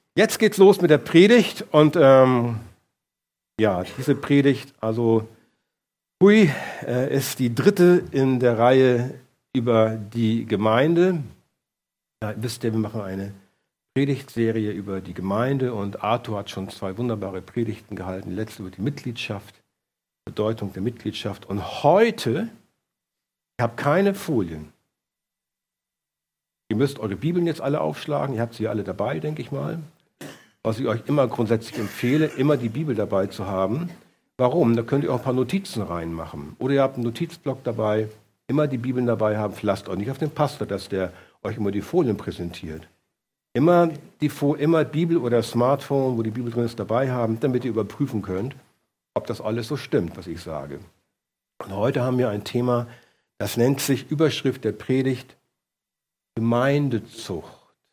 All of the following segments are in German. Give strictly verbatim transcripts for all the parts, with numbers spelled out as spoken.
Jetzt geht's los mit der Predigt und ähm, ja, diese Predigt, also hui, äh, ist die dritte in der Reihe über die Gemeinde. Ja, wisst ihr, wir machen eine Predigtserie über die Gemeinde und Arthur hat schon zwei wunderbare Predigten gehalten, die letzte über die Mitgliedschaft, Bedeutung der Mitgliedschaft. Und heute, ich habe keine Folien. Ihr müsst eure Bibeln jetzt alle aufschlagen, ihr habt sie alle dabei, denke ich mal. Was ich euch immer grundsätzlich empfehle, immer die Bibel dabei zu haben. Warum? Da könnt ihr auch ein paar Notizen reinmachen. Oder ihr habt einen Notizblock dabei, immer die Bibeln dabei haben. Verlasst euch nicht auf den Pastor, dass der euch immer die Folien präsentiert. Immer die immer Bibel oder Smartphone, wo die Bibel drin ist, dabei haben, damit ihr überprüfen könnt, ob das alles so stimmt, was ich sage. Und heute haben wir ein Thema, das nennt sich Überschrift der Predigt Gemeindezucht.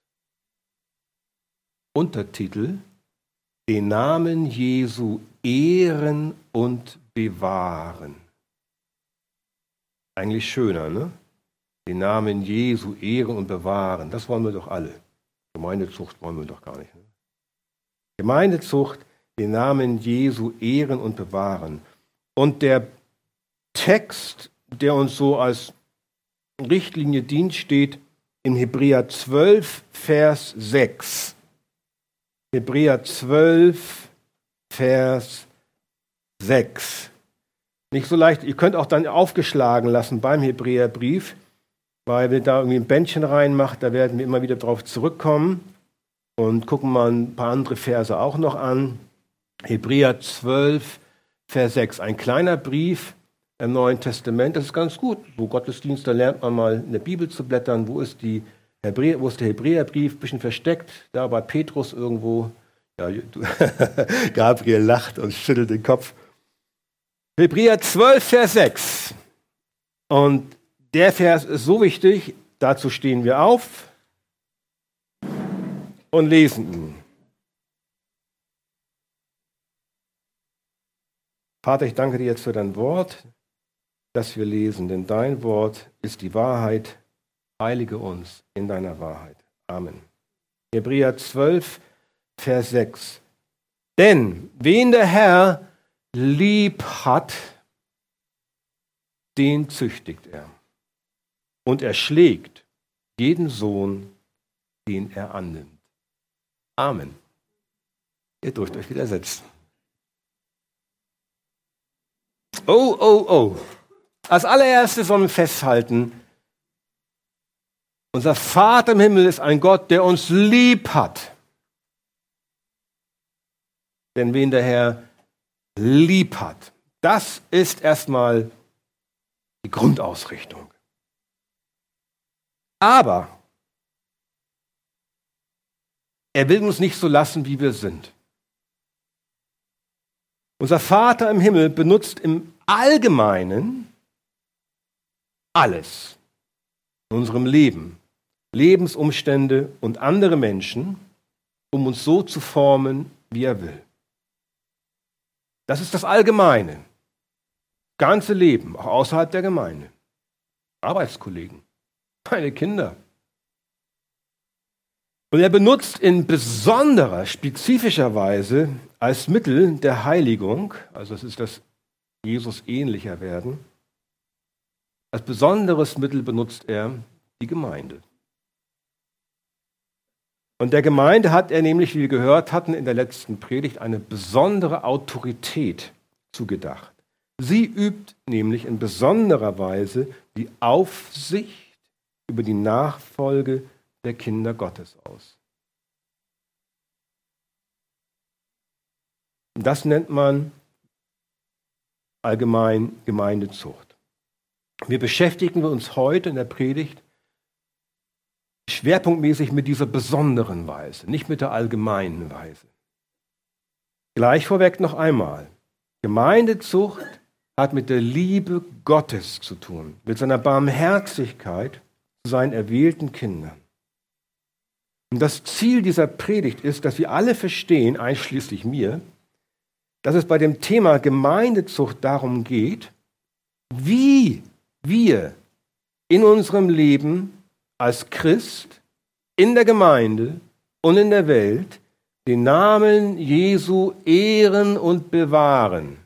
Untertitel: Den Namen Jesu ehren und bewahren. Eigentlich schöner, ne? Den Namen Jesu ehren und bewahren. Das wollen wir doch alle. Gemeindezucht wollen wir doch gar nicht. Ne? Gemeindezucht, den Namen Jesu ehren und bewahren. Und der Text, der uns so als Richtlinie dient, steht in Hebräer zwölf, Vers sechs. Hebräer zwölf, Vers sechs. Nicht so leicht, ihr könnt auch dann aufgeschlagen lassen beim Hebräerbrief, weil wenn ihr da irgendwie ein Bändchen reinmacht, da werden wir immer wieder drauf zurückkommen und gucken mal ein paar andere Verse auch noch an. Hebräer zwölf, Vers sechs. Ein kleiner Brief im Neuen Testament, das ist ganz gut. So Gottesdienst, da lernt man mal in der Bibel zu blättern. Wo ist die Hebräer, wo ist der Hebräerbrief? Ein bisschen versteckt, da bei Petrus irgendwo. Ja, Gabriel lacht und schüttelt den Kopf. Hebräer zwölf, Vers sechs. Und der Vers ist so wichtig, dazu stehen wir auf und lesen ihn. Vater, ich danke dir jetzt für dein Wort, das wir lesen, denn dein Wort ist die Wahrheit. Heilige uns in deiner Wahrheit. Amen. Hebräer zwölf, Vers sechs. Denn wen der Herr lieb hat, den züchtigt er. Und er schlägt jeden Sohn, den er annimmt. Amen. Ihr dürft euch wieder setzen. Oh, oh, oh. Als allererstes sollen wir festhalten, unser Vater im Himmel ist ein Gott, der uns lieb hat. Denn wen der Herr lieb hat, das ist erstmal die Grundausrichtung. Aber er will uns nicht so lassen, wie wir sind. Unser Vater im Himmel benutzt im Allgemeinen alles in unserem Leben, Lebensumstände und andere Menschen, um uns so zu formen, wie er will. Das ist das Allgemeine. Ganze Leben, auch außerhalb der Gemeinde. Arbeitskollegen, meine Kinder. Und er benutzt in besonderer, spezifischer Weise als Mittel der Heiligung, also es ist das Jesus ähnlicher werden, als besonderes Mittel benutzt er die Gemeinde. Und der Gemeinde hat er nämlich, wie wir gehört hatten in der letzten Predigt, eine besondere Autorität zugedacht. Sie übt nämlich in besonderer Weise die Aufsicht über die Nachfolge der Kinder Gottes aus. Das nennt man allgemein Gemeindezucht. Wir beschäftigen uns heute in der Predigt schwerpunktmäßig mit dieser besonderen Weise, nicht mit der allgemeinen Weise. Gleich vorweg noch einmal. Gemeindezucht hat mit der Liebe Gottes zu tun, mit seiner Barmherzigkeit zu seinen erwählten Kindern. Und das Ziel dieser Predigt ist, dass wir alle verstehen, einschließlich mir, dass es bei dem Thema Gemeindezucht darum geht, wie wir in unserem Leben als Christ, in der Gemeinde und in der Welt den Namen Jesu ehren und bewahren.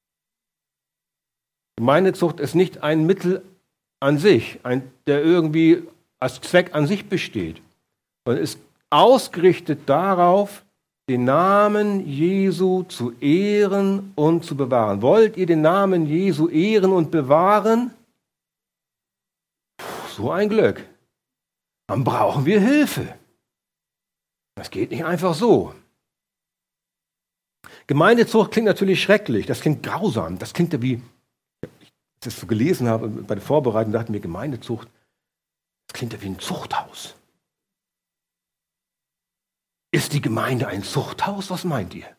Gemeindezucht ist nicht ein Mittel an sich, ein, der irgendwie als Zweck an sich besteht, sondern ist ausgerichtet darauf, den Namen Jesu zu ehren und zu bewahren. Wollt ihr den Namen Jesu ehren und bewahren? Puh, so ein Glück. Dann brauchen wir Hilfe. Das geht nicht einfach so. Gemeindezucht klingt natürlich schrecklich, das klingt grausam, das klingt ja wie, als ich das so gelesen habe bei der Vorbereitung, dachte ich mir, Gemeindezucht, das klingt ja wie ein Zuchthaus. Ist die Gemeinde ein Zuchthaus? Was meint ihr?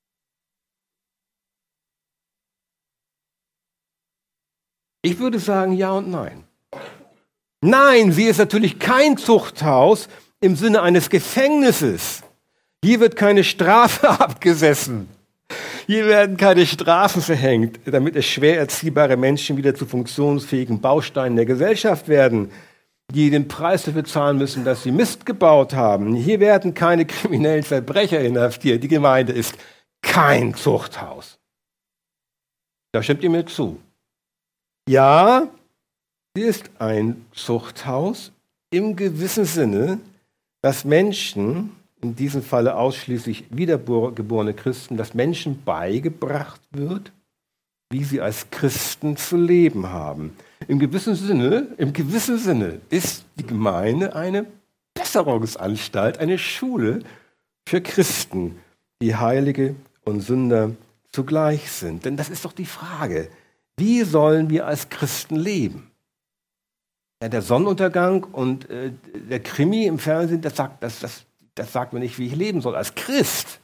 Ich würde sagen ja und nein. Nein, sie ist natürlich kein Zuchthaus im Sinne eines Gefängnisses. Hier wird keine Strafe abgesessen. Hier werden keine Strafen verhängt, damit es schwer erziehbare Menschen wieder zu funktionsfähigen Bausteinen der Gesellschaft werden, die den Preis dafür zahlen müssen, dass sie Mist gebaut haben. Hier werden keine kriminellen Verbrecher inhaftiert. Die Gemeinde ist kein Zuchthaus. Da stimmt ihr mir zu. Ja, sie ist ein Zuchthaus im gewissen Sinne, dass Menschen, in diesem Falle ausschließlich wiedergeborene Christen, dass Menschen beigebracht wird, wie sie als Christen zu leben haben. Im gewissen Sinne, im gewissen Sinne ist die Gemeinde eine Besserungsanstalt, eine Schule für Christen, die Heilige und Sünder zugleich sind. Denn das ist doch die Frage, wie sollen wir als Christen leben? Ja, der Sonnenuntergang und äh, der Krimi im Fernsehen, das sagt, das, das, das sagt mir nicht, wie ich leben soll als Christ.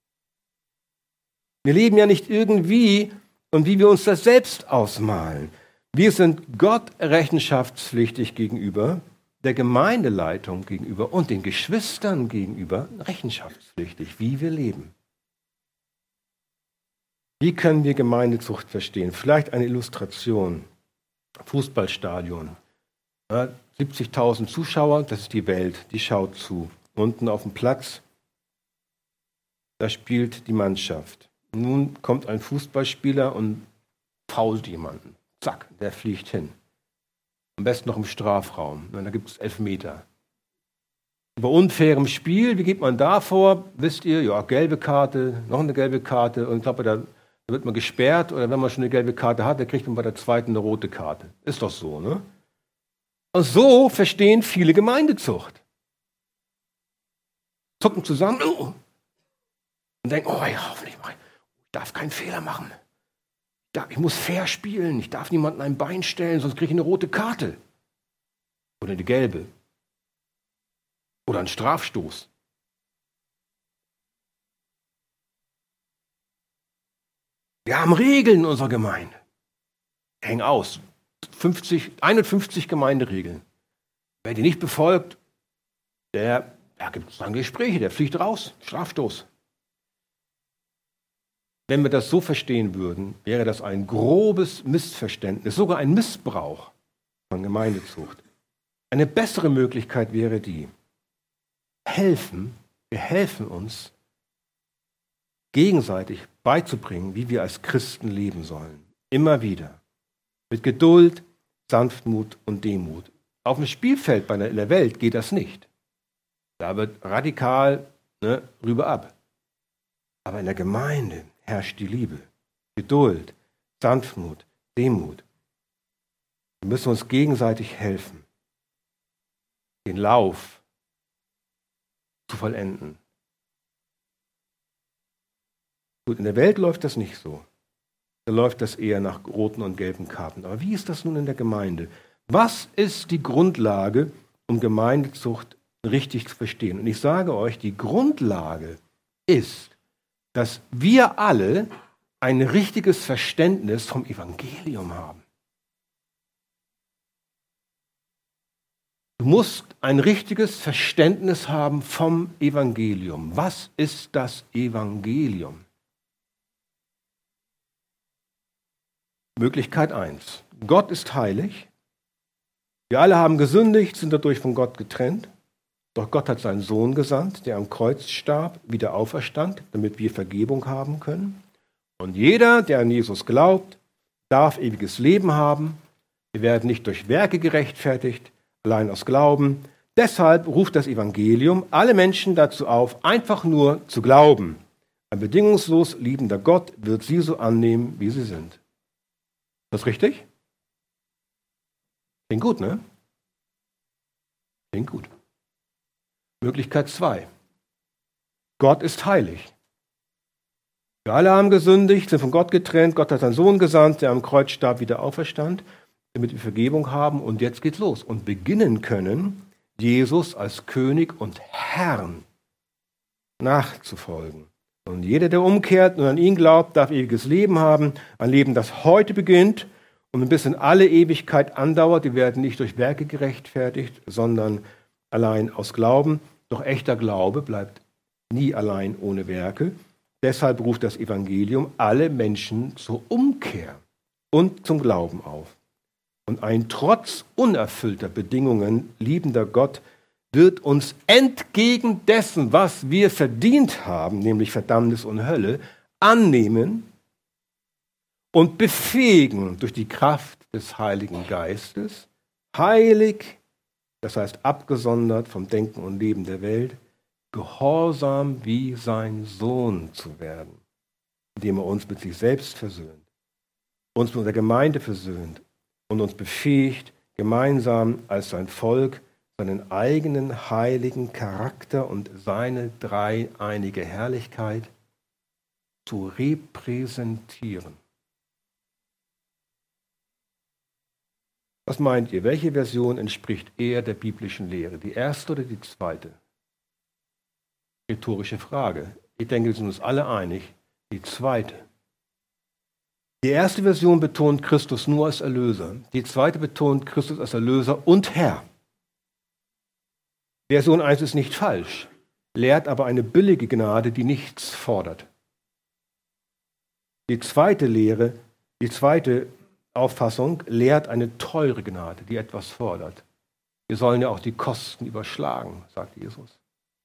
Wir leben ja nicht irgendwie und wie wir uns das selbst ausmalen. Wir sind Gott rechenschaftspflichtig gegenüber, der Gemeindeleitung gegenüber und den Geschwistern gegenüber rechenschaftspflichtig, wie wir leben. Wie können wir Gemeindezucht verstehen? Vielleicht eine Illustration. Fußballstadion. Ja, siebzigtausend Zuschauer, das ist die Welt, die schaut zu. Unten auf dem Platz, da spielt die Mannschaft. Nun kommt ein Fußballspieler und fault jemanden. Zack, der fliegt hin. Am besten noch im Strafraum. Da gibt es Elfmeter. Bei unfairem Spiel, wie geht man da vor? Wisst ihr, ja, gelbe Karte, noch eine gelbe Karte. Und ich glaube, da wird man gesperrt. Oder wenn man schon eine gelbe Karte hat, dann kriegt man bei der zweiten eine rote Karte. Ist doch so, ne? Und so verstehen viele Gemeindezucht. Zucken zusammen und denken, oh ja, hoffentlich mal. Ich darf keinen Fehler machen. Ich muss fair spielen. Ich darf niemandem ein Bein stellen, sonst kriege ich eine rote Karte. Oder eine gelbe. Oder einen Strafstoß. Wir haben Regeln in unserer Gemeinde. Hängen aus. fünfzig, einundfünfzig Gemeinderegeln. Wer die nicht befolgt, der, da gibt es dann Gespräche, der fliegt raus. Strafstoß. Wenn wir das so verstehen würden, wäre das ein grobes Missverständnis, sogar ein Missbrauch von Gemeindezucht. Eine bessere Möglichkeit wäre die, helfen, wir helfen uns, gegenseitig beizubringen, wie wir als Christen leben sollen. Immer wieder. Mit Geduld, Sanftmut und Demut. Auf dem Spielfeld bei der, in der Welt geht das nicht. Da wird radikal ne, rüber ab. Aber in der Gemeinde herrscht die Liebe, Geduld, Sanftmut, Demut. Wir müssen uns gegenseitig helfen, den Lauf zu vollenden. Gut, in der Welt läuft das nicht so. Da läuft das eher nach roten und gelben Karten. Aber wie ist das nun in der Gemeinde? Was ist die Grundlage, um Gemeindezucht richtig zu verstehen? Und ich sage euch, die Grundlage ist, dass wir alle ein richtiges Verständnis vom Evangelium haben. Du musst ein richtiges Verständnis haben vom Evangelium. Was ist das Evangelium? Möglichkeit eins. Gott ist heilig. Wir alle haben gesündigt, sind dadurch von Gott getrennt. Doch Gott hat seinen Sohn gesandt, der am Kreuz starb, wieder auferstand, damit wir Vergebung haben können. Und jeder, der an Jesus glaubt, darf ewiges Leben haben. Wir werden nicht durch Werke gerechtfertigt, allein aus Glauben. Deshalb ruft das Evangelium alle Menschen dazu auf, einfach nur zu glauben. Ein bedingungslos liebender Gott wird sie so annehmen, wie sie sind. Ist das richtig? Klingt gut, ne? Klingt gut. Möglichkeit zwei. Gott ist heilig. Wir alle haben gesündigt, sind von Gott getrennt. Gott hat seinen Sohn gesandt, der am Kreuz starb, wieder auferstand, damit wir Vergebung haben. Und jetzt geht's los und beginnen können, Jesus als König und Herrn nachzufolgen. Und jeder, der umkehrt und an ihn glaubt, darf ewiges Leben haben. Ein Leben, das heute beginnt und bis in alle Ewigkeit andauert. Die werden nicht durch Werke gerechtfertigt, sondern allein aus Glauben. Doch echter Glaube bleibt nie allein ohne Werke. Deshalb ruft das Evangelium alle Menschen zur Umkehr und zum Glauben auf. Und ein trotz unerfüllter Bedingungen liebender Gott wird uns entgegen dessen, was wir verdient haben, nämlich Verdammnis und Hölle, annehmen und befähigen durch die Kraft des Heiligen Geistes, heilig, das heißt abgesondert vom Denken und Leben der Welt, gehorsam wie sein Sohn zu werden, indem er uns mit sich selbst versöhnt, uns mit der Gemeinde versöhnt und uns befähigt, gemeinsam als sein Volk seinen eigenen heiligen Charakter und seine dreieinige Herrlichkeit zu repräsentieren. Was meint ihr? Welche Version entspricht eher der biblischen Lehre? Die erste oder die zweite? Rhetorische Frage. Ich denke, wir sind uns alle einig. Die zweite. Die erste Version betont Christus nur als Erlöser. Die zweite betont Christus als Erlöser und Herr. Version eins ist nicht falsch, lehrt aber eine billige Gnade, die nichts fordert. Die zweite Lehre, die zweite Auffassung lehrt eine teure Gnade, die etwas fordert. Wir sollen ja auch die Kosten überschlagen, sagt Jesus.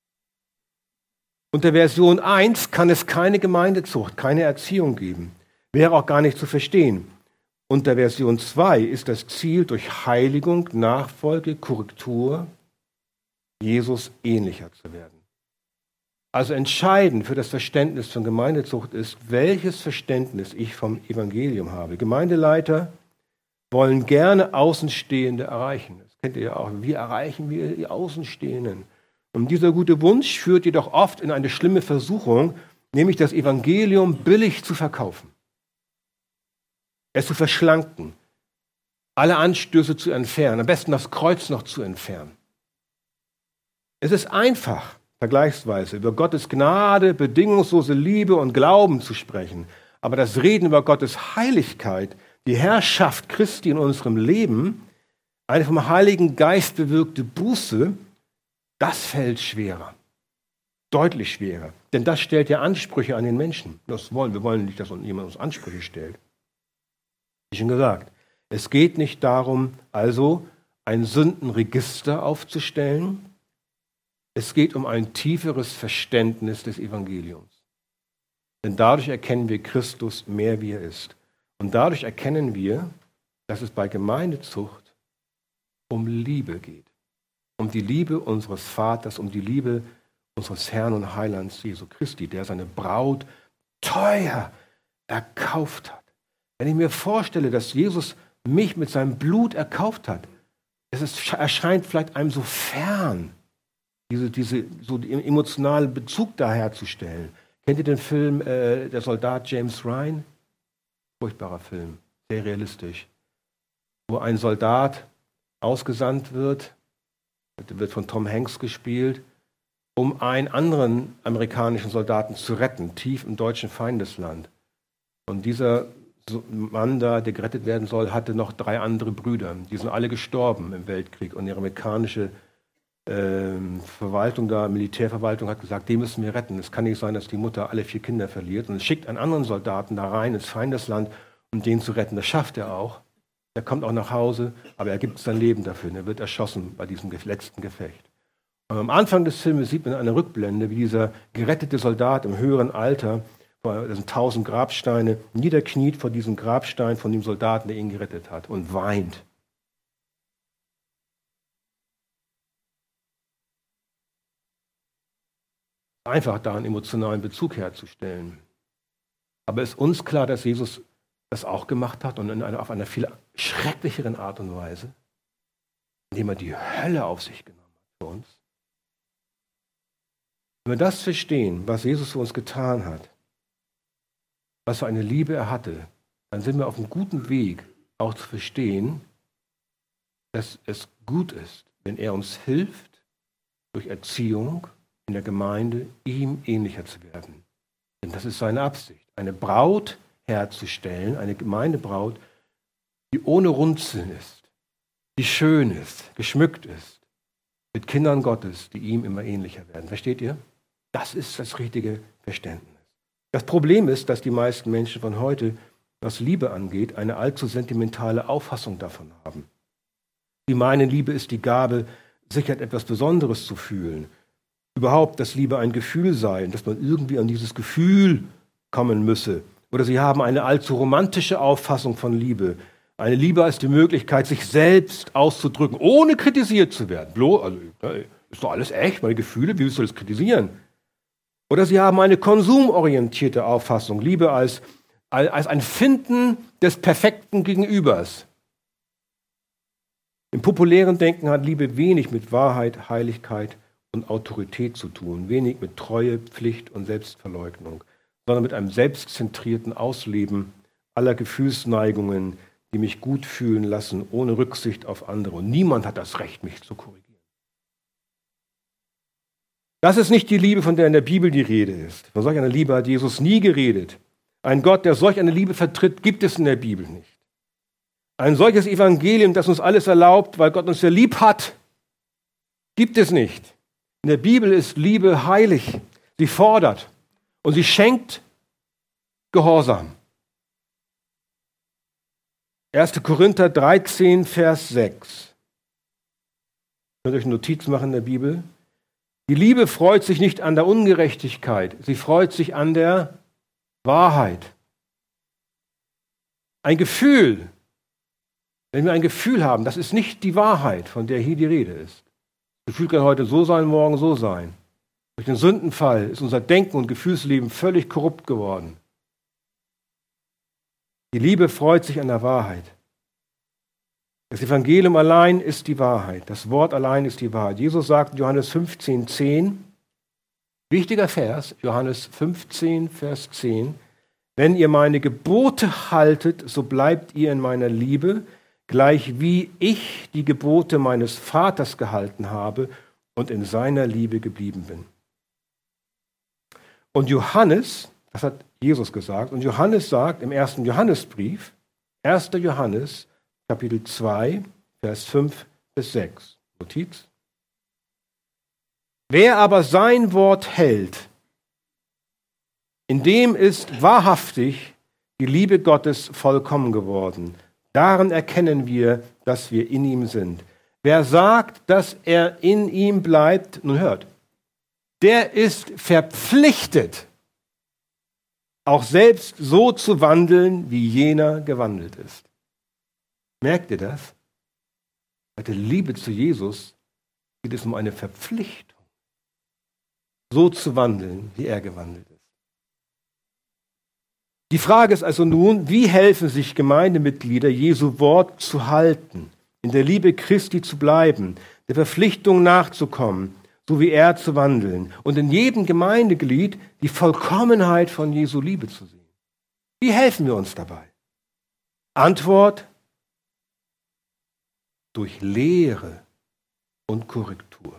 Unter Version eins kann es keine Gemeindezucht, keine Erziehung geben. Wäre auch gar nicht zu verstehen. Unter Version zwei ist das Ziel durch Heiligung, Nachfolge, Korrektur, Jesus ähnlicher zu werden. Also entscheidend für das Verständnis von Gemeindezucht ist, welches Verständnis ich vom Evangelium habe. Gemeindeleiter wollen gerne Außenstehende erreichen. Das kennt ihr ja auch. Wie erreichen wir die Außenstehenden? Und dieser gute Wunsch führt jedoch oft in eine schlimme Versuchung, nämlich das Evangelium billig zu verkaufen, es zu verschlanken, alle Anstöße zu entfernen, am besten das Kreuz noch zu entfernen. Es ist einfach, vergleichsweise, über Gottes Gnade, bedingungslose Liebe und Glauben zu sprechen. Aber das Reden über Gottes Heiligkeit, die Herrschaft Christi in unserem Leben, eine vom Heiligen Geist bewirkte Buße, das fällt schwerer. Deutlich schwerer. Denn das stellt ja Ansprüche an den Menschen. Das wollen wir. wollen nicht, dass jemand uns Ansprüche stellt. Wie schon gesagt, es geht nicht darum, also ein Sündenregister aufzustellen. Es geht um ein tieferes Verständnis des Evangeliums. Denn dadurch erkennen wir Christus mehr, wie er ist. Und dadurch erkennen wir, dass es bei Gemeindezucht um Liebe geht. Um die Liebe unseres Vaters, um die Liebe unseres Herrn und Heilands Jesu Christi, der seine Braut teuer erkauft hat. Wenn ich mir vorstelle, dass Jesus mich mit seinem Blut erkauft hat, es ist, erscheint vielleicht einem so fern, diese, diese so den emotionalen Bezug da herzustellen. Kennt ihr den Film äh, Der Soldat James Ryan? Furchtbarer Film, sehr realistisch. Wo ein Soldat ausgesandt wird, der wird von Tom Hanks gespielt, um einen anderen amerikanischen Soldaten zu retten, tief im deutschen Feindesland. Und dieser Mann da, der gerettet werden soll, hatte noch drei andere Brüder. Die sind alle gestorben im Weltkrieg. Und die amerikanische äh, Verwaltung da, Militärverwaltung, hat gesagt, den müssen wir retten. Es kann nicht sein, dass die Mutter alle vier Kinder verliert. Und es schickt einen anderen Soldaten da rein ins Feindesland, um den zu retten. Das schafft er auch. Er kommt auch nach Hause, aber er gibt sein Leben dafür. Und er wird erschossen bei diesem letzten Gefecht. Und am Anfang des Filmes sieht man eine Rückblende, wie dieser gerettete Soldat im höheren Alter, das sind tausend Grabsteine, niederkniet vor diesem Grabstein von dem Soldaten, der ihn gerettet hat, und weint. Einfach da einen emotionalen Bezug herzustellen. Aber ist uns klar, dass Jesus das auch gemacht hat und in einer, auf einer viel schrecklicheren Art und Weise, indem er die Hölle auf sich genommen hat für uns? Wenn wir das verstehen, was Jesus für uns getan hat, was für eine Liebe er hatte, dann sind wir auf einem guten Weg, auch zu verstehen, dass es gut ist, wenn er uns hilft, durch Erziehung in der Gemeinde ihm ähnlicher zu werden. Denn das ist seine Absicht, eine Braut herzustellen, eine Gemeindebraut, die ohne Runzeln ist, die schön ist, geschmückt ist, mit Kindern Gottes, die ihm immer ähnlicher werden. Versteht ihr? Das ist das richtige Verständnis. Das Problem ist, dass die meisten Menschen von heute, was Liebe angeht, eine allzu sentimentale Auffassung davon haben. Sie meinen, Liebe ist die Gabe, sich etwas Besonderes zu fühlen. Überhaupt, dass Liebe ein Gefühl sei und dass man irgendwie an dieses Gefühl kommen müsse. Oder sie haben eine allzu romantische Auffassung von Liebe. Eine Liebe als die Möglichkeit, sich selbst auszudrücken, ohne kritisiert zu werden. Bloß, also, ist doch alles echt, meine Gefühle, wie willst du das kritisieren? Oder sie haben eine konsumorientierte Auffassung, Liebe als, als ein Finden des perfekten Gegenübers. Im populären Denken hat Liebe wenig mit Wahrheit, Heiligkeit und Autorität zu tun, wenig mit Treue, Pflicht und Selbstverleugnung, sondern mit einem selbstzentrierten Ausleben aller Gefühlsneigungen, die mich gut fühlen lassen, ohne Rücksicht auf andere. Und niemand hat das Recht, mich zu korrigieren. Das ist nicht die Liebe, von der in der Bibel die Rede ist. Von solch einer Liebe hat Jesus nie geredet. Ein Gott, der solch eine Liebe vertritt, gibt es in der Bibel nicht. Ein solches Evangelium, das uns alles erlaubt, weil Gott uns ja lieb hat, gibt es nicht. In der Bibel ist Liebe heilig. Sie fordert und sie schenkt Gehorsam. erster Korinther dreizehn, Vers sechs. Könnt ihr euch eine Notiz machen in der Bibel? Die Liebe freut sich nicht an der Ungerechtigkeit, sie freut sich an der Wahrheit. Ein Gefühl, wenn wir ein Gefühl haben, das ist nicht die Wahrheit, von der hier die Rede ist. Das Gefühl kann heute so sein, morgen so sein. Durch den Sündenfall ist unser Denken und Gefühlsleben völlig korrupt geworden. Die Liebe freut sich an der Wahrheit. Das Evangelium allein ist die Wahrheit. Das Wort allein ist die Wahrheit. Jesus sagt in Johannes fünfzehn, zehn, wichtiger Vers, Johannes fünfzehn, Vers zehn, wenn ihr meine Gebote haltet, so bleibt ihr in meiner Liebe, gleich wie ich die Gebote meines Vaters gehalten habe und in seiner Liebe geblieben bin. Und Johannes, das hat Jesus gesagt, und Johannes sagt im ersten Johannesbrief, erster Johannes, Kapitel zwei, Vers fünf bis sechs. Notiz. Wer aber sein Wort hält, in dem ist wahrhaftig die Liebe Gottes vollkommen geworden. Daran erkennen wir, dass wir in ihm sind. Wer sagt, dass er in ihm bleibt, nun hört, der ist verpflichtet, auch selbst so zu wandeln, wie jener gewandelt ist. Merkt ihr das? Bei der Liebe zu Jesus geht es um eine Verpflichtung, so zu wandeln, wie er gewandelt ist. Die Frage ist also nun, wie helfen sich Gemeindemitglieder, Jesu Wort zu halten, in der Liebe Christi zu bleiben, der Verpflichtung nachzukommen, so wie er zu wandeln und in jedem Gemeindeglied die Vollkommenheit von Jesu Liebe zu sehen. Wie helfen wir uns dabei? Antwort: durch Lehre und Korrektur.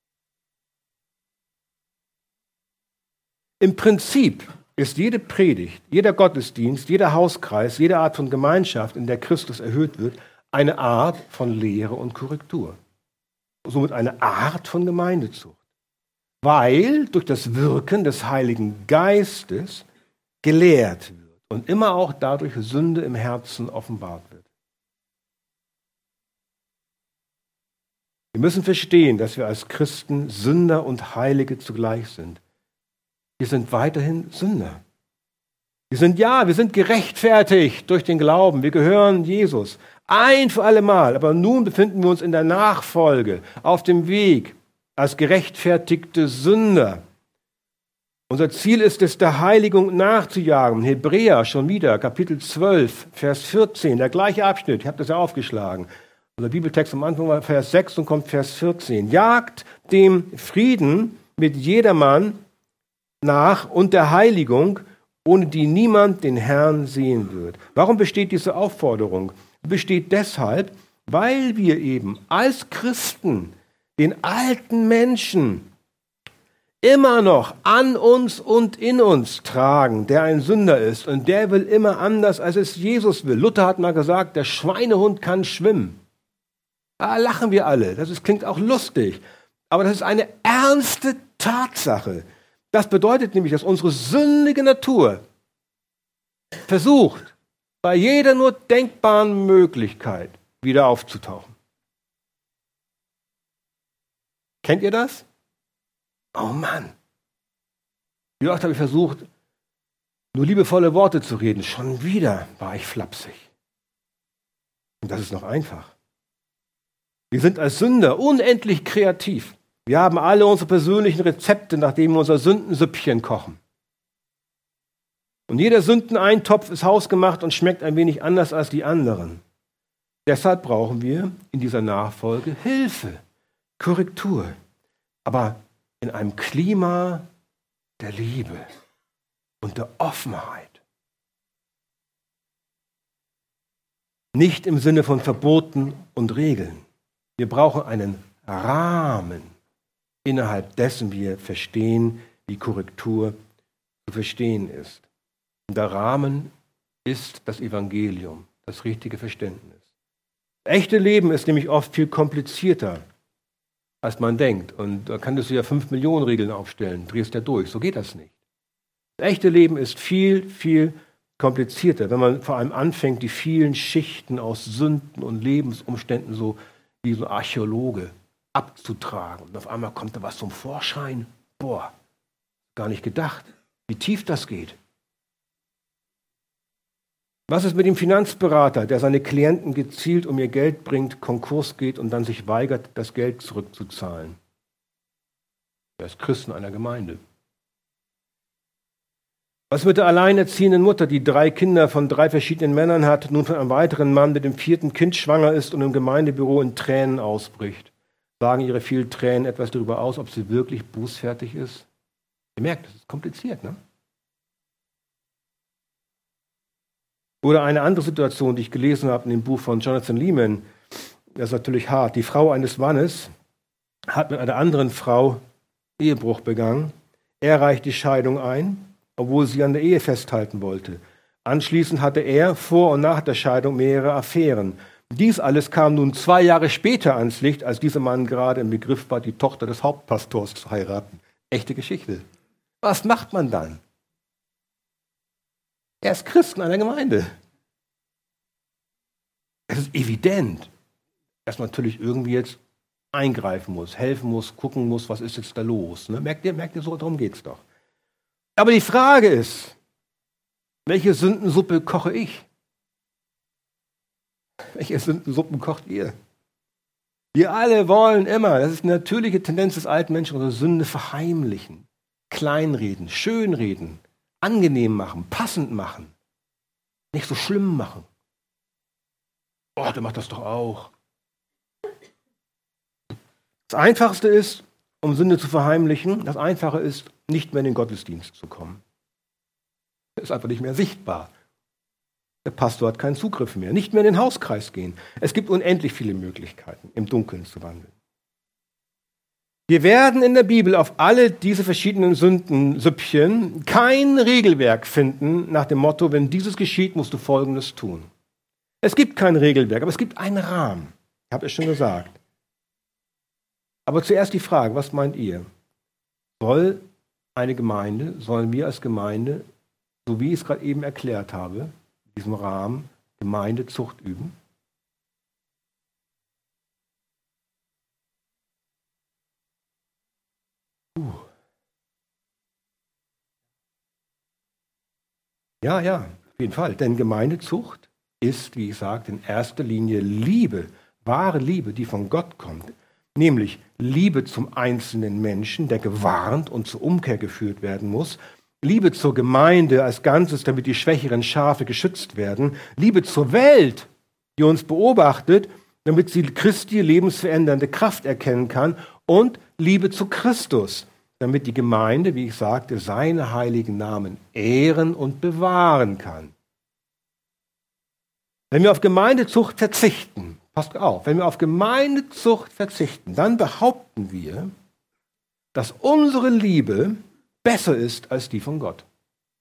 Im Prinzip ist jede Predigt, jeder Gottesdienst, jeder Hauskreis, jede Art von Gemeinschaft, in der Christus erhöht wird, eine Art von Lehre und Korrektur. Somit eine Art von Gemeindezucht. Weil durch das Wirken des Heiligen Geistes gelehrt wird und immer auch dadurch Sünde im Herzen offenbart wird. Wir müssen verstehen, dass wir als Christen Sünder und Heilige zugleich sind. Wir sind weiterhin Sünder. Wir sind, ja, wir sind gerechtfertigt durch den Glauben. Wir gehören Jesus. Ein für alle Mal. Aber nun befinden wir uns in der Nachfolge, auf dem Weg als gerechtfertigte Sünder. Unser Ziel ist es, der Heiligung nachzujagen. Hebräer schon wieder, Kapitel zwölf, Vers vierzehn, der gleiche Abschnitt. Ich habe das ja aufgeschlagen. Unser Bibeltext am Anfang war Vers sechs und kommt Vers vierzehn. Jagt dem Frieden mit jedermann nach und der Heiligung, ohne die niemand den Herrn sehen wird. Warum besteht diese Aufforderung? Sie besteht deshalb, weil wir eben als Christen den alten Menschen immer noch an uns und in uns tragen, der ein Sünder ist. Und der will immer anders, als es Jesus will. Luther hat mal gesagt, der Schweinehund kann schwimmen. Da lachen wir alle. Das ist, klingt auch lustig. Aber das ist eine ernste Tatsache. Das bedeutet nämlich, dass unsere sündige Natur versucht, bei jeder nur denkbaren Möglichkeit wieder aufzutauchen. Kennt ihr das? Oh Mann. Wie oft habe ich versucht, nur liebevolle Worte zu reden. Schon wieder war ich flapsig. Und das ist noch einfach. Wir sind als Sünder unendlich kreativ. Wir haben alle unsere persönlichen Rezepte, nachdem wir unser Sündensüppchen kochen. Und jeder Sündeneintopf ist hausgemacht und schmeckt ein wenig anders als die anderen. Deshalb brauchen wir in dieser Nachfolge Hilfe, Korrektur, aber in einem Klima der Liebe und der Offenheit. Nicht im Sinne von Verboten und Regeln. Wir brauchen einen Rahmen, innerhalb dessen wir verstehen, wie Korrektur zu verstehen ist. Und der Rahmen ist das Evangelium, das richtige Verständnis. Das echte Leben ist nämlich oft viel komplizierter, als man denkt. Und da kannst du ja fünf Millionen Regeln aufstellen, drehst ja durch. So geht das nicht. Das echte Leben ist viel, viel komplizierter, wenn man vor allem anfängt, die vielen Schichten aus Sünden und Lebensumständen so wie so ein Archäologe abzutragen. Und auf einmal kommt da was zum Vorschein. Boah, gar nicht gedacht, wie tief das geht. Was ist mit dem Finanzberater, der seine Klienten gezielt um ihr Geld bringt, Konkurs geht und dann sich weigert, das Geld zurückzuzahlen? Er ist Christ in einer Gemeinde. Was mit der alleinerziehenden Mutter, die drei Kinder von drei verschiedenen Männern hat, nun von einem weiteren Mann mit dem vierten Kind schwanger ist und im Gemeindebüro in Tränen ausbricht? Sagen ihre vielen Tränen etwas darüber aus, ob sie wirklich bußfertig ist? Ihr merkt, das ist kompliziert, ne? Oder eine andere Situation, die ich gelesen habe in dem Buch von Jonathan Leeman, das ist natürlich hart. Die Frau eines Mannes hat mit einer anderen Frau Ehebruch begangen. Er reicht die Scheidung ein, obwohl sie an der Ehe festhalten wollte. Anschließend hatte er vor und nach der Scheidung mehrere Affären. Dies alles kam nun zwei Jahre später ans Licht, als dieser Mann gerade im Begriff war, die Tochter des Hauptpastors zu heiraten. Echte Geschichte. Was macht man dann? Er ist Christ in einer Gemeinde. Es ist evident, dass man natürlich irgendwie jetzt eingreifen muss, helfen muss, gucken muss, was ist jetzt da los. Ne? Merkt ihr, merkt ihr so, darum geht es doch. Aber die Frage ist, welche Sündensuppe koche ich? Welche Sündensuppen kocht ihr? Wir alle wollen immer, das ist eine natürliche Tendenz des alten Menschen, unsere Sünde verheimlichen, kleinreden, schönreden, angenehm machen, passend machen, nicht so schlimm machen. Oh, der macht das doch auch. Das Einfachste ist, um Sünde zu verheimlichen, das Einfache ist, nicht mehr in den Gottesdienst zu kommen. Das ist einfach nicht mehr sichtbar. Der Pastor hat keinen Zugriff mehr. Nicht mehr in den Hauskreis gehen. Es gibt unendlich viele Möglichkeiten, im Dunkeln zu wandeln. Wir werden in der Bibel auf alle diese verschiedenen Sündensüppchen kein Regelwerk finden nach dem Motto, wenn dieses geschieht, musst du Folgendes tun. Es gibt kein Regelwerk, aber es gibt einen Rahmen. Ich habe es schon gesagt. Aber zuerst die Frage, was meint ihr? Soll eine Gemeinde, sollen wir als Gemeinde, so wie ich es gerade eben erklärt habe, in diesem Rahmen Gemeindezucht üben? Ja, ja, auf jeden Fall. Denn Gemeindezucht ist, wie ich sagte, in erster Linie Liebe, wahre Liebe, die von Gott kommt. Nämlich Liebe zum einzelnen Menschen, der gewarnt und zur Umkehr geführt werden muss. Liebe zur Gemeinde als Ganzes, damit die schwächeren Schafe geschützt werden. Liebe zur Welt, die uns beobachtet, damit sie Christi lebensverändernde Kraft erkennen kann. Und Liebe zu Christus, damit die Gemeinde, wie ich sagte, seine heiligen Namen ehren und bewahren kann. Wenn wir auf Gemeindezucht verzichten, passt auf, wenn wir auf Gemeindezucht verzichten, dann behaupten wir, dass unsere Liebe besser ist als die von Gott.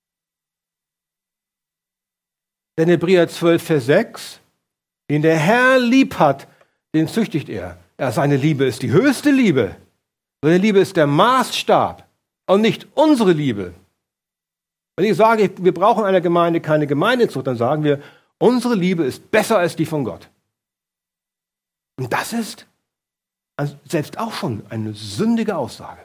Denn Hebräer zwölf, Vers sechs, den der Herr lieb hat, den züchtigt er. Ja, seine Liebe ist die höchste Liebe. Seine Liebe ist der Maßstab und nicht unsere Liebe. Wenn ich sage, wir brauchen in einer Gemeinde keine Gemeindezucht, dann sagen wir, unsere Liebe ist besser als die von Gott. Und das ist selbst auch schon eine sündige Aussage.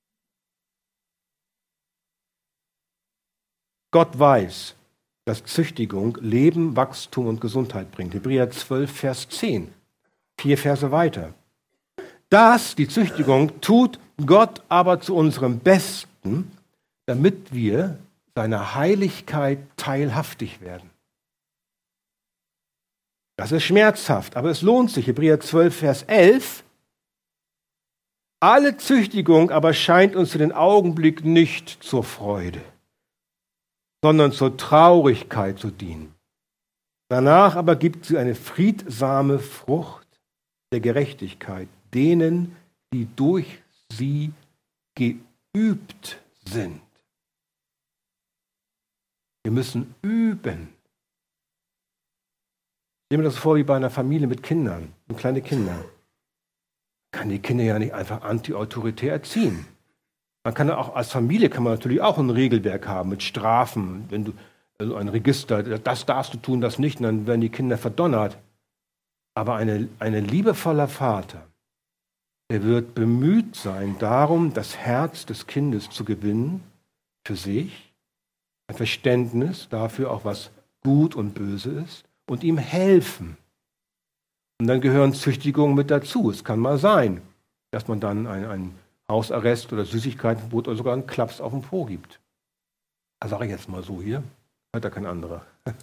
Gott weiß, dass Züchtigung Leben, Wachstum und Gesundheit bringt. Hebräer zwölf, Vers zehn. Vier Verse weiter. Das, die Züchtigung, tut Gott aber zu unserem Besten, damit wir seiner Heiligkeit teilhaftig werden. Das ist schmerzhaft, aber es lohnt sich. Hebräer zwölf, Vers elf. Alle Züchtigung aber scheint uns für den Augenblick nicht zur Freude, sondern zur Traurigkeit zu dienen. Danach aber gibt sie eine friedsame Frucht der Gerechtigkeit denen, die durch sie geübt sind. Wir müssen üben. Ich stelle mir das vor wie bei einer Familie mit Kindern, mit kleinen Kindern. Man kann die Kinder ja nicht einfach anti-autoritär erziehen. Man kann auch als Familie kann man natürlich auch ein Regelwerk haben mit Strafen, wenn du also ein Register, das darfst du tun, das nicht, und dann werden die Kinder verdonnert. Aber eine, ein liebevoller Vater, der wird bemüht sein, darum das Herz des Kindes zu gewinnen für sich, ein Verständnis dafür, auch was gut und böse ist, und ihm helfen. Und dann gehören Züchtigungen mit dazu. Es kann mal sein, dass man dann ein, ein Hausarrest oder Süßigkeitenverbot oder sogar einen Klaps auf den Po gibt. Das sage ich jetzt mal so hier. Hat da kein anderer.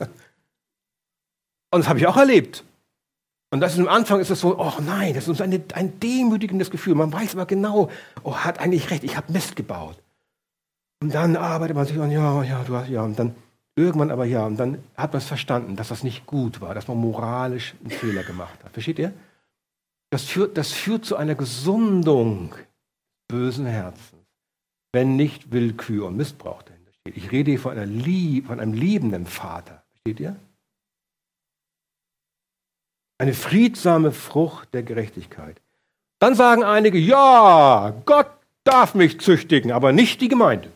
Und das habe ich auch erlebt. Und das ist, am Anfang ist es so, oh nein, das ist ein, ein demütigendes Gefühl. Man weiß aber genau, oh, hat eigentlich recht, ich habe Mist gebaut. Und dann arbeitet man sich an, ja, ja, du hast, ja, und dann irgendwann aber ja, und dann hat man es verstanden, dass das nicht gut war, dass man moralisch einen Fehler gemacht hat. Versteht ihr? Das führt, das führt zu einer Gesundung bösen Herzens, wenn nicht Willkür und Missbrauch dahinter steht. Ich rede hier von, einer Lieb, von einem liebenden Vater. Versteht ihr? Eine friedsame Frucht der Gerechtigkeit. Dann sagen einige, ja, Gott darf mich züchtigen, aber nicht die Gemeinde.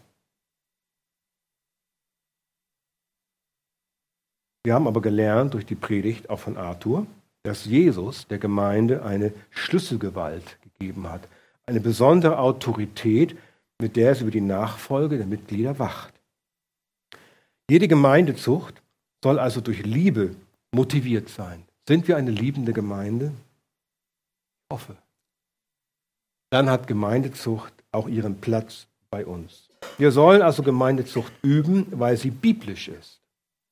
Wir haben aber gelernt durch die Predigt auch von Arthur, dass Jesus der Gemeinde eine Schlüsselgewalt gegeben hat. Eine besondere Autorität, mit der es über die Nachfolge der Mitglieder wacht. Jede Gemeindezucht soll also durch Liebe motiviert sein. Sind wir eine liebende Gemeinde? Ich hoffe. Dann hat Gemeindezucht auch ihren Platz bei uns. Wir sollen also Gemeindezucht üben, weil sie biblisch ist.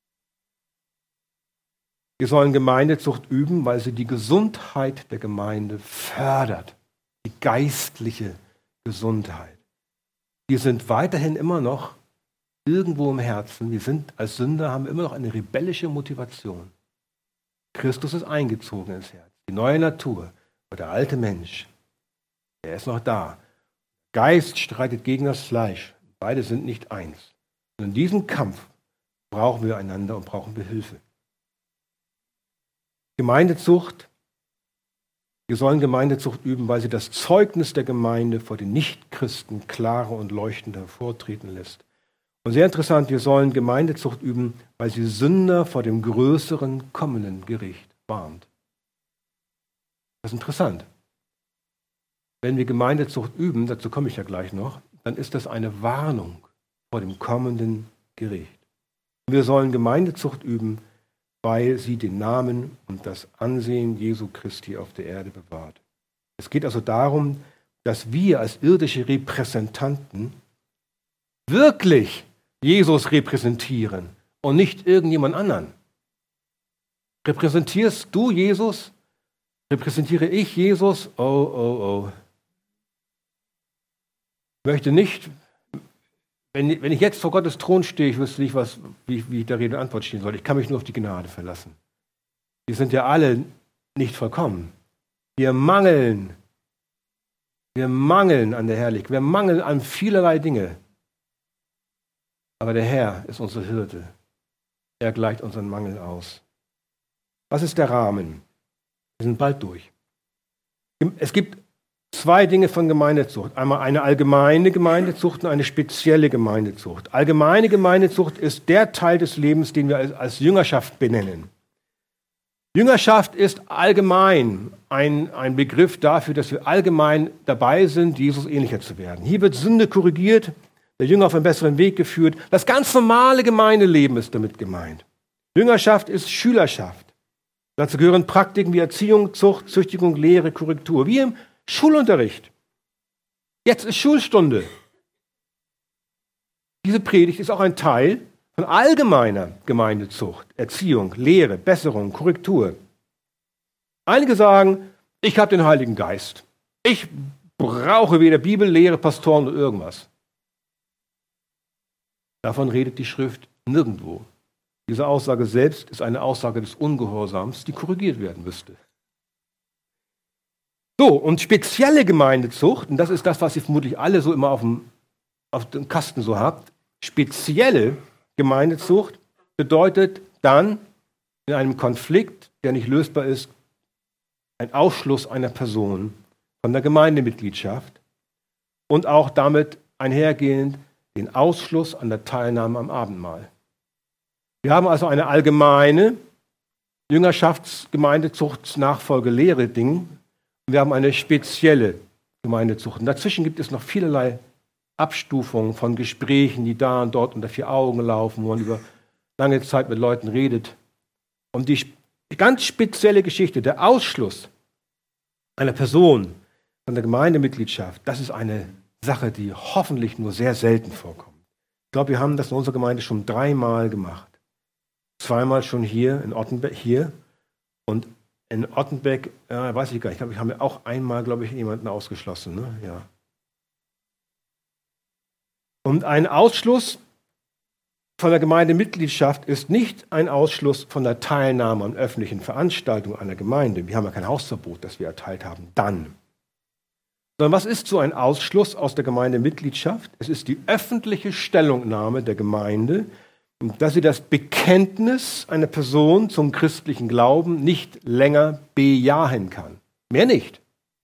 Wir sollen Gemeindezucht üben, weil sie die Gesundheit der Gemeinde fördert. Die geistliche Gesundheit. Wir sind weiterhin immer noch irgendwo im Herzen. Wir sind als Sünder, haben immer noch eine rebellische Motivation. Christus ist eingezogen ins Herz. Die neue Natur, der alte Mensch, der ist noch da. Geist streitet gegen das Fleisch. Beide sind nicht eins. Und in diesem Kampf brauchen wir einander und brauchen wir Hilfe. Gemeindezucht. Wir sollen Gemeindezucht üben, weil sie das Zeugnis der Gemeinde vor den Nichtchristen klarer und leuchtender hervortreten lässt. Und sehr interessant, wir sollen Gemeindezucht üben, weil sie Sünder vor dem größeren kommenden Gericht warnt. Das ist interessant. Wenn wir Gemeindezucht üben, dazu komme ich ja gleich noch, dann ist das eine Warnung vor dem kommenden Gericht. Und wir sollen Gemeindezucht üben, weil sie den Namen und das Ansehen Jesu Christi auf der Erde bewahrt. Es geht also darum, dass wir als irdische Repräsentanten wirklich Jesus repräsentieren und nicht irgendjemand anderen. Repräsentierst du Jesus? Repräsentiere ich Jesus? Oh, oh, oh. Ich möchte nicht, wenn, wenn ich jetzt vor Gottes Thron stehe, ich wüsste nicht, was, wie, wie ich da Rede und Antwort stehen soll. Ich kann mich nur auf die Gnade verlassen. Wir sind ja alle nicht vollkommen. Wir mangeln. Wir mangeln an der Herrlichkeit. Wir mangeln an vielerlei Dinge. Aber der Herr ist unser Hirte. Er gleicht unseren Mangel aus. Was ist der Rahmen? Wir sind bald durch. Es gibt zwei Dinge von Gemeindezucht. Einmal eine allgemeine Gemeindezucht und eine spezielle Gemeindezucht. Allgemeine Gemeindezucht ist der Teil des Lebens, den wir als, als Jüngerschaft benennen. Jüngerschaft ist allgemein ein, ein Begriff dafür, dass wir allgemein dabei sind, Jesus ähnlicher zu werden. Hier wird Sünde korrigiert, der Jünger auf einen besseren Weg geführt. Das ganz normale Gemeindeleben ist damit gemeint. Jüngerschaft ist Schülerschaft. Dazu gehören Praktiken wie Erziehung, Zucht, Züchtigung, Lehre, Korrektur, wie im Schulunterricht. Jetzt ist Schulstunde. Diese Predigt ist auch ein Teil von allgemeiner Gemeindezucht, Erziehung, Lehre, Besserung, Korrektur. Einige sagen, ich habe den Heiligen Geist. Ich brauche weder Bibel, Lehre, Pastoren oder irgendwas. Davon redet die Schrift nirgendwo. Diese Aussage selbst ist eine Aussage des Ungehorsams, die korrigiert werden müsste. So, und spezielle Gemeindezucht, und das ist das, was ihr vermutlich alle so immer auf dem, auf dem Kasten so habt, spezielle Gemeindezucht bedeutet dann in einem Konflikt, der nicht lösbar ist, ein Ausschluss einer Person von der Gemeindemitgliedschaft und auch damit einhergehend den Ausschluss an der Teilnahme am Abendmahl. Wir haben also eine allgemeine Jüngerschaftsgemeindezucht, Nachfolge, Lehre Ding. Und wir haben eine spezielle Gemeindezucht. Und dazwischen gibt es noch vielerlei Abstufungen von Gesprächen, die da und dort unter vier Augen laufen, wo man über lange Zeit mit Leuten redet. Und die ganz spezielle Geschichte, der Ausschluss einer Person von der Gemeindemitgliedschaft, das ist eine Sache, die hoffentlich nur sehr selten vorkommt. Ich glaube, wir haben das in unserer Gemeinde schon dreimal gemacht. Zweimal schon hier in Ottenbeck, hier und in Ottenbeck, äh, weiß ich gar nicht, ich glaube, ich habe auch einmal, glaube ich, jemanden ausgeschlossen. Ne? Ja. Und ein Ausschluss von der Gemeindemitgliedschaft ist nicht ein Ausschluss von der Teilnahme an öffentlichen Veranstaltungen einer Gemeinde. Wir haben ja kein Hausverbot, das wir erteilt haben, dann. Sondern was ist so ein Ausschluss aus der Gemeindemitgliedschaft? Es ist die öffentliche Stellungnahme der Gemeinde, dass sie das Bekenntnis einer Person zum christlichen Glauben nicht länger bejahen kann. Mehr nicht.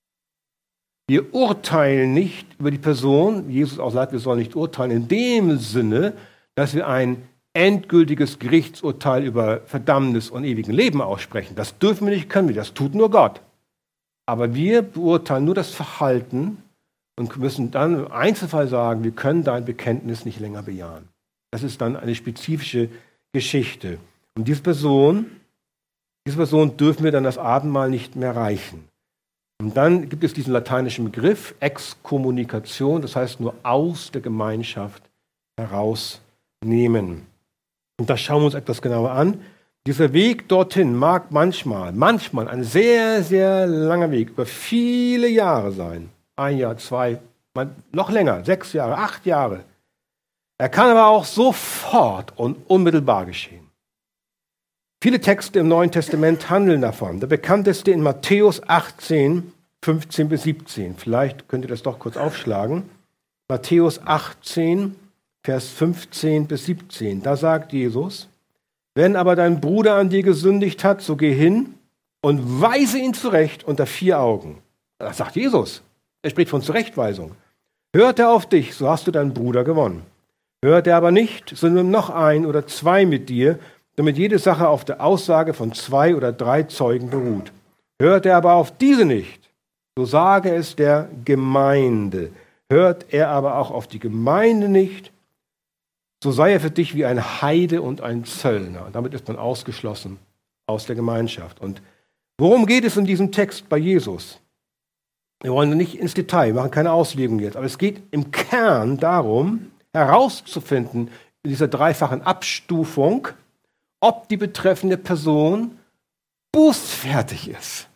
Wir urteilen nicht über die Person, Jesus auch sagt, wir sollen nicht urteilen, in dem Sinne, dass wir ein endgültiges Gerichtsurteil über Verdammnis und ewigen Leben aussprechen. Das dürfen wir nicht, können wir, das tut nur Gott. Aber wir beurteilen nur das Verhalten und müssen dann im Einzelfall sagen, wir können dein Bekenntnis nicht länger bejahen. Das ist dann eine spezifische Geschichte. Und diese Person, diese Person dürfen wir dann das Abendmahl nicht mehr reichen. Und dann gibt es diesen lateinischen Begriff Exkommunikation, das heißt nur aus der Gemeinschaft herausnehmen. Und das schauen wir uns etwas genauer an. Dieser Weg dorthin mag manchmal, manchmal ein sehr, sehr langer Weg über viele Jahre sein. Ein Jahr, zwei, noch länger, sechs Jahre, acht Jahre. Er kann aber auch sofort und unmittelbar geschehen. Viele Texte im Neuen Testament handeln davon. Der bekannteste in Matthäus achtzehn, fünfzehn bis siebzehn. Vielleicht könnt ihr das doch kurz aufschlagen. Matthäus achtzehn, Vers fünfzehn bis siebzehn. Da sagt Jesus, wenn aber dein Bruder an dir gesündigt hat, so geh hin und weise ihn zurecht unter vier Augen. Das sagt Jesus. Er spricht von Zurechtweisung. Hört er auf dich, so hast du deinen Bruder gewonnen. Hört er aber nicht, so nimm noch ein oder zwei mit dir, damit jede Sache auf der Aussage von zwei oder drei Zeugen beruht. Hört er aber auf diese nicht, so sage es der Gemeinde. Hört er aber auch auf die Gemeinde nicht, so sei er für dich wie ein Heide und ein Zöllner. Und damit ist man ausgeschlossen aus der Gemeinschaft. Und worum geht es in diesem Text bei Jesus? Wir wollen nicht ins Detail, machen keine Auslegung jetzt, aber es geht im Kern darum, herauszufinden, in dieser dreifachen Abstufung, ob die betreffende Person bußfertig ist.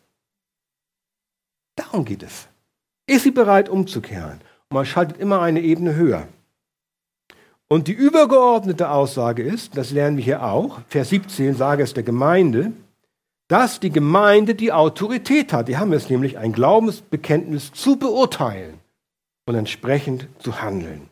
Darum geht es. Ist sie bereit umzukehren? Und man schaltet immer eine Ebene höher. Und die übergeordnete Aussage ist, das lernen wir hier auch, Vers siebzehn, sage es der Gemeinde, dass die Gemeinde die Autorität hat. Die haben es nämlich, ein Glaubensbekenntnis zu beurteilen und entsprechend zu handeln.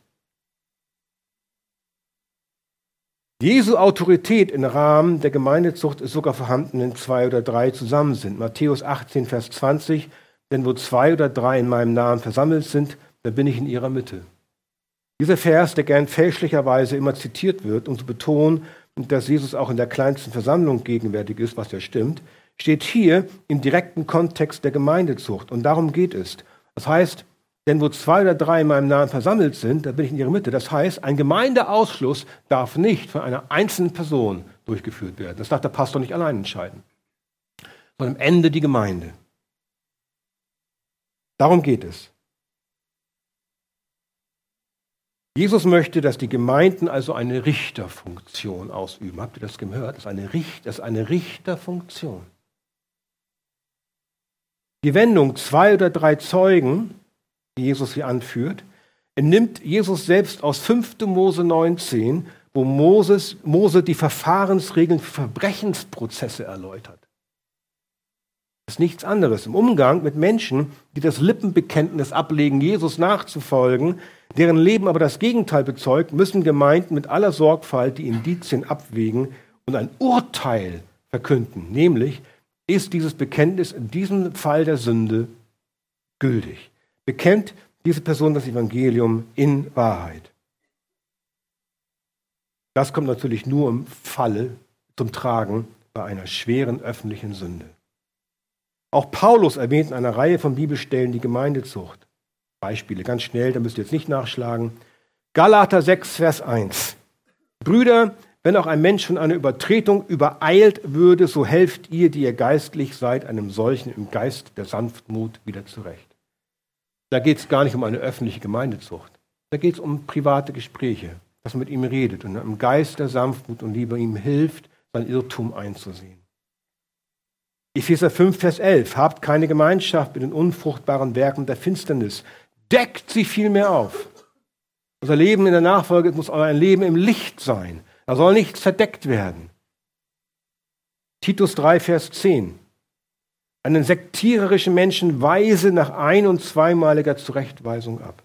Jesu Autorität im Rahmen der Gemeindezucht ist sogar vorhanden, wenn zwei oder drei zusammen sind. Matthäus achtzehn, Vers zwanzig, denn wo zwei oder drei in meinem Namen versammelt sind, da bin ich in ihrer Mitte. Dieser Vers, der gern fälschlicherweise immer zitiert wird, um zu betonen, dass Jesus auch in der kleinsten Versammlung gegenwärtig ist, was ja stimmt, steht hier im direkten Kontext der Gemeindezucht. Und darum geht es. Das heißt, denn wo zwei oder drei in meinem Namen versammelt sind, da bin ich in ihrer Mitte. Das heißt, ein Gemeindeausschluss darf nicht von einer einzelnen Person durchgeführt werden. Das darf der Pastor nicht allein entscheiden, sondern am Ende die Gemeinde. Darum geht es. Jesus möchte, dass die Gemeinden also eine Richterfunktion ausüben. Habt ihr das gehört? Das ist eine, Richt- das ist eine Richterfunktion. Die Wendung zwei oder drei Zeugen, die Jesus hier anführt, entnimmt Jesus selbst aus fünfter Mose neunzehn, wo Moses, Mose die Verfahrensregeln für Verbrechensprozesse erläutert. Das ist nichts anderes. Im Umgang mit Menschen, die das Lippenbekenntnis ablegen, Jesus nachzufolgen, deren Leben aber das Gegenteil bezeugt, müssen Gemeinden mit aller Sorgfalt die Indizien abwägen und ein Urteil verkünden. Nämlich, ist dieses Bekenntnis in diesem Fall der Sünde gültig? Bekennt diese Person das Evangelium in Wahrheit? Das kommt natürlich nur im Falle zum Tragen bei einer schweren öffentlichen Sünde. Auch Paulus erwähnt in einer Reihe von Bibelstellen die Gemeindezucht. Beispiele, ganz schnell, da müsst ihr jetzt nicht nachschlagen. Galater sechs, Vers eins. Brüder, wenn auch ein Mensch von einer Übertretung übereilt würde, so helft ihr, die ihr geistlich seid, einem solchen im Geist der Sanftmut wieder zurecht. Da geht es gar nicht um eine öffentliche Gemeindezucht. Da geht es um private Gespräche, dass man mit ihm redet und im Geist der Sanftmut und Liebe ihm hilft, sein Irrtum einzusehen. Epheser fünf, Vers elf. Habt keine Gemeinschaft mit den unfruchtbaren Werken der Finsternis. Deckt sie vielmehr auf. Unser Leben in der Nachfolge muss ein Leben im Licht sein. Da soll nichts verdeckt werden. Titus drei, Vers zehn. Einen sektiererischen Menschen weise nach ein- und zweimaliger Zurechtweisung ab.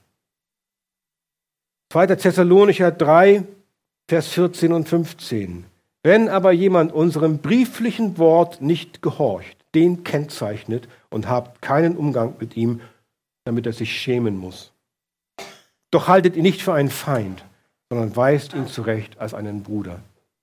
zweiter Thessalonicher drei, Vers vierzehn und fünfzehn. Wenn aber jemand unserem brieflichen Wort nicht gehorcht, den kennzeichnet und habt keinen Umgang mit ihm, damit er sich schämen muss. Doch haltet ihn nicht für einen Feind, sondern weist ihn zurecht als einen Bruder.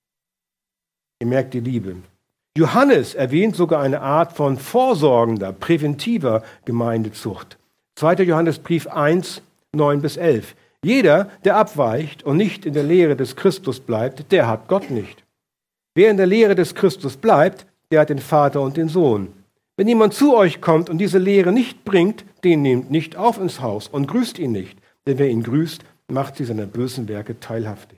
Ihr merkt die Liebe. Johannes erwähnt sogar eine Art von vorsorgender, präventiver Gemeindezucht. zweiter Johannesbrief eins, neun bis elf. Jeder, der abweicht und nicht in der Lehre des Christus bleibt, der hat Gott nicht. Wer in der Lehre des Christus bleibt, der hat den Vater und den Sohn. Wenn jemand zu euch kommt und diese Lehre nicht bringt, den nehmt nicht auf ins Haus und grüßt ihn nicht. Denn wer ihn grüßt, macht sie seiner bösen Werke teilhaftig.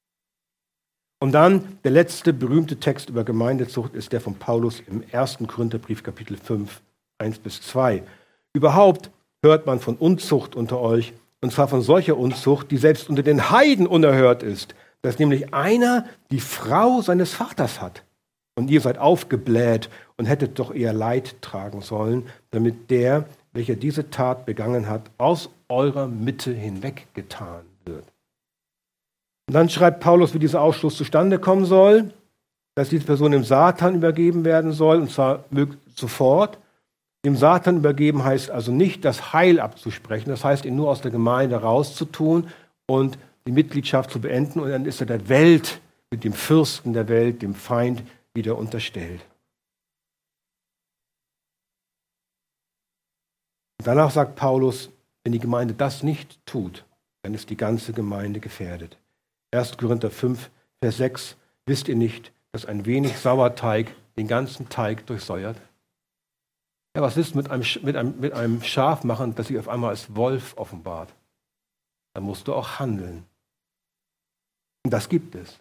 Und dann der letzte berühmte Text über Gemeindezucht ist der von Paulus im ersten Korintherbrief, Kapitel fünf, eins bis zwei. Überhaupt hört man von Unzucht unter euch, und zwar von solcher Unzucht, die selbst unter den Heiden unerhört ist, dass nämlich einer die Frau seines Vaters hat. Und ihr seid aufgebläht und hättet doch eher Leid tragen sollen, damit der, welcher diese Tat begangen hat, aus eurer Mitte hinweggetan wird. Und dann schreibt Paulus, wie dieser Ausschluss zustande kommen soll, dass diese Person dem Satan übergeben werden soll, und zwar sofort. Dem Satan übergeben heißt also nicht, das Heil abzusprechen, das heißt, ihn nur aus der Gemeinde rauszutun und die Mitgliedschaft zu beenden, und dann ist er der Welt, mit dem Fürsten der Welt, dem Feind, wieder unterstellt. Und danach sagt Paulus, wenn die Gemeinde das nicht tut, dann ist die ganze Gemeinde gefährdet. erster Korinther fünf, Vers sechs. Wisst ihr nicht, dass ein wenig Sauerteig den ganzen Teig durchsäuert? Ja, was ist mit einem, mit einem, mit einem Schaf machen, das sich auf einmal als Wolf offenbart? Dann musst du auch handeln. Und das gibt es.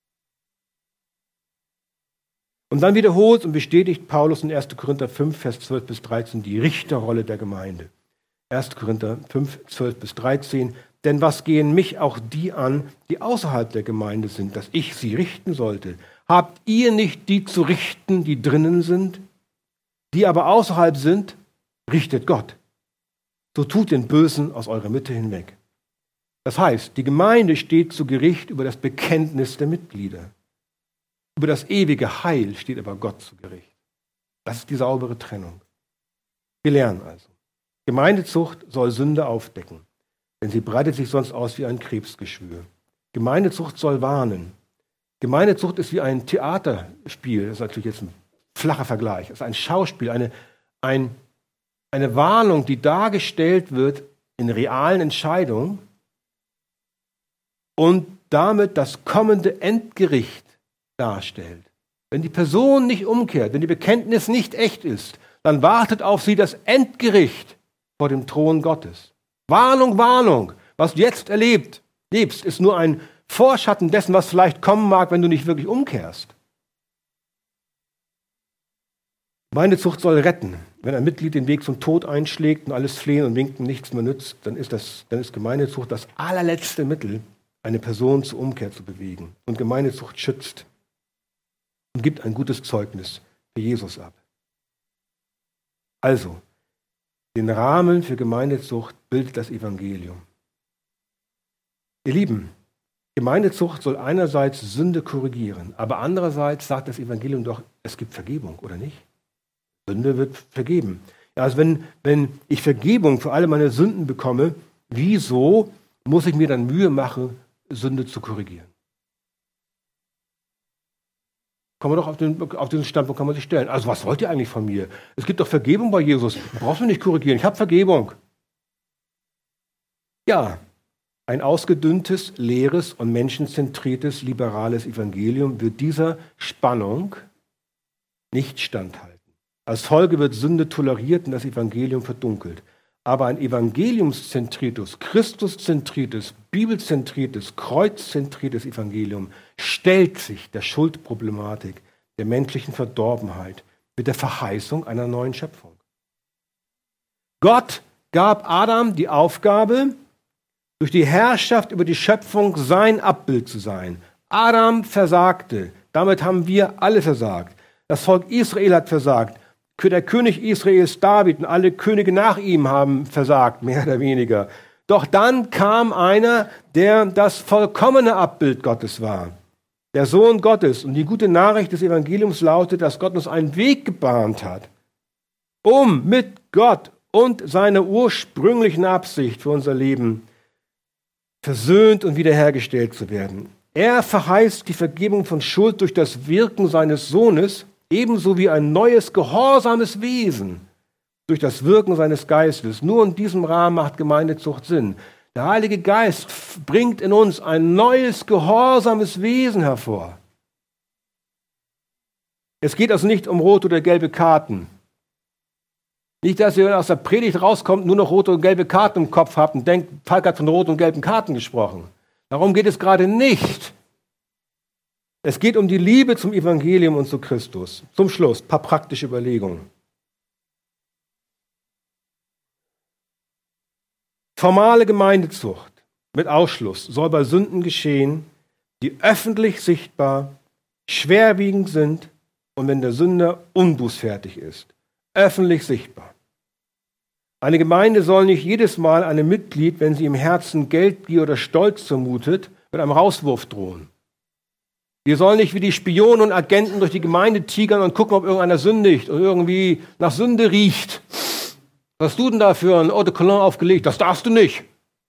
Und dann wiederholt und bestätigt Paulus in erster Korinther fünf, Vers zwölf bis dreizehn die Richterrolle der Gemeinde. erster Korinther fünf, zwölf bis dreizehn. Denn was gehen mich auch die an, die außerhalb der Gemeinde sind, dass ich sie richten sollte? Habt ihr nicht die zu richten, die drinnen sind? Die aber außerhalb sind, richtet Gott. So tut den Bösen aus eurer Mitte hinweg. Das heißt, die Gemeinde steht zu Gericht über das Bekenntnis der Mitglieder. Über das ewige Heil steht aber Gott zu Gericht. Das ist die saubere Trennung. Wir lernen also, Gemeindezucht soll Sünde aufdecken, denn sie breitet sich sonst aus wie ein Krebsgeschwür. Gemeindezucht soll warnen. Gemeindezucht ist wie ein Theaterspiel, das ist natürlich jetzt ein flacher Vergleich, es ist ein Schauspiel, eine, ein, eine Warnung, die dargestellt wird in realen Entscheidungen und damit das kommende Endgericht darstellt. Wenn die Person nicht umkehrt, wenn die Bekenntnis nicht echt ist, dann wartet auf sie das Endgericht vor dem Thron Gottes. Warnung, Warnung, was du jetzt erlebt, lebst, ist nur ein Vorschatten dessen, was vielleicht kommen mag, wenn du nicht wirklich umkehrst. Gemeindezucht soll retten. Wenn ein Mitglied den Weg zum Tod einschlägt und alles Flehen und Winken nichts mehr nützt, dann ist, das, dann ist Gemeindezucht das allerletzte Mittel, eine Person zur Umkehr zu bewegen. Und Gemeindezucht schützt und gibt ein gutes Zeugnis für Jesus ab. Also, den Rahmen für Gemeindezucht bildet das Evangelium. Ihr Lieben, Gemeindezucht soll einerseits Sünde korrigieren, aber andererseits sagt das Evangelium doch, es gibt Vergebung, oder nicht? Sünde wird vergeben. Ja, also wenn, wenn ich Vergebung für alle meine Sünden bekomme, wieso muss ich mir dann Mühe machen, Sünde zu korrigieren? Kann man doch auf, den, auf diesen Standpunkt kann man sich stellen. Also was wollt ihr eigentlich von mir? Es gibt doch Vergebung bei Jesus. Du brauchst mich nicht korrigieren. Ich habe Vergebung. Ja, ein ausgedünntes, leeres und menschenzentriertes, liberales Evangelium wird dieser Spannung nicht standhalten. Als Folge wird Sünde toleriert und das Evangelium verdunkelt. Aber ein evangeliumszentriertes, Christuszentriertes, bibelzentriertes, kreuzzentriertes Evangelium stellt sich der Schuldproblematik, der menschlichen Verdorbenheit mit der Verheißung einer neuen Schöpfung. Gott gab Adam die Aufgabe, durch die Herrschaft über die Schöpfung sein Abbild zu sein. Adam versagte. Damit haben wir alle versagt. Das Volk Israel hat versagt. Der König Israels David und alle Könige nach ihm haben versagt, mehr oder weniger. Doch dann kam einer, der das vollkommene Abbild Gottes war. Der Sohn Gottes. Und die gute Nachricht des Evangeliums lautet, dass Gott uns einen Weg gebahnt hat, um mit Gott und seiner ursprünglichen Absicht für unser Leben versöhnt und wiederhergestellt zu werden. Er verheißt die Vergebung von Schuld durch das Wirken seines Sohnes, ebenso wie ein neues, gehorsames Wesen durch das Wirken seines Geistes. Nur in diesem Rahmen macht Gemeindezucht Sinn. Der Heilige Geist bringt in uns ein neues, gehorsames Wesen hervor. Es geht also nicht um rote oder gelbe Karten. Nicht, dass ihr aus der Predigt rauskommt, nur noch rote und gelbe Karten im Kopf habt und denkt, Falk hat von roten und gelben Karten gesprochen. Darum geht es gerade nicht. Es geht um die Liebe zum Evangelium und zu Christus. Zum Schluss, ein paar praktische Überlegungen. Formale Gemeindezucht mit Ausschluss soll bei Sünden geschehen, die öffentlich sichtbar, schwerwiegend sind und wenn der Sünder unbußfertig ist. Öffentlich sichtbar. Eine Gemeinde soll nicht jedes Mal einem Mitglied, wenn sie im Herzen Geldgier oder Stolz vermutet, mit einem Rauswurf drohen. Wir sollen nicht wie die Spionen und Agenten durch die Gemeinde tigern und gucken, ob irgendeiner sündigt und irgendwie nach Sünde riecht. Was hast du denn da für ein Eau de Cologne aufgelegt? Das darfst du nicht.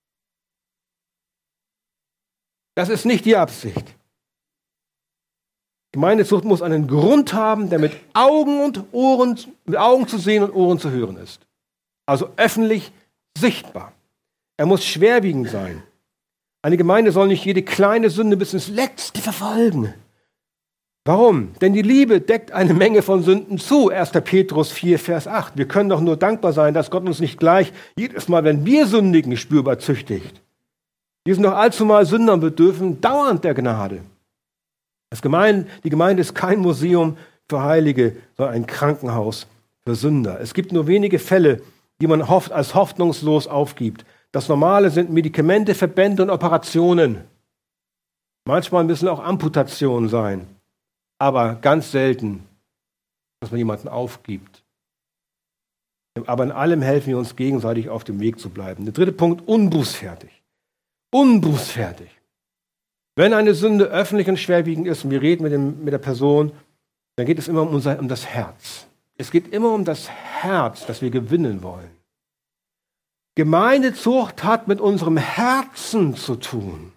Das ist nicht die Absicht. Gemeindezucht muss einen Grund haben, der mit Augen und Ohren, mit Augen zu sehen und Ohren zu hören ist. Also öffentlich sichtbar. Er muss schwerwiegend sein. Eine Gemeinde soll nicht jede kleine Sünde bis ins Letzte verfolgen. Warum? Denn die Liebe deckt eine Menge von Sünden zu. erster Petrus vier, Vers acht. Wir können doch nur dankbar sein, dass Gott uns nicht gleich jedes Mal, wenn wir sündigen, spürbar züchtigt. Wir sind doch allzumal Sünder und bedürfen dauernd der Gnade. Das Gemeinde, die Gemeinde ist kein Museum für Heilige, sondern ein Krankenhaus für Sünder. Es gibt nur wenige Fälle, die man hofft, als hoffnungslos aufgibt. Das Normale sind Medikamente, Verbände und Operationen. Manchmal müssen auch Amputationen sein. Aber ganz selten, dass man jemanden aufgibt. Aber in allem helfen wir uns gegenseitig auf dem Weg zu bleiben. Der dritte Punkt, unbußfertig. Unbußfertig. Wenn eine Sünde öffentlich und schwerwiegend ist und wir reden mit, dem, mit der Person, dann geht es immer um, unser, um das Herz. Es geht immer um das Herz, das wir gewinnen wollen. Gemeindezucht hat mit unserem Herzen zu tun.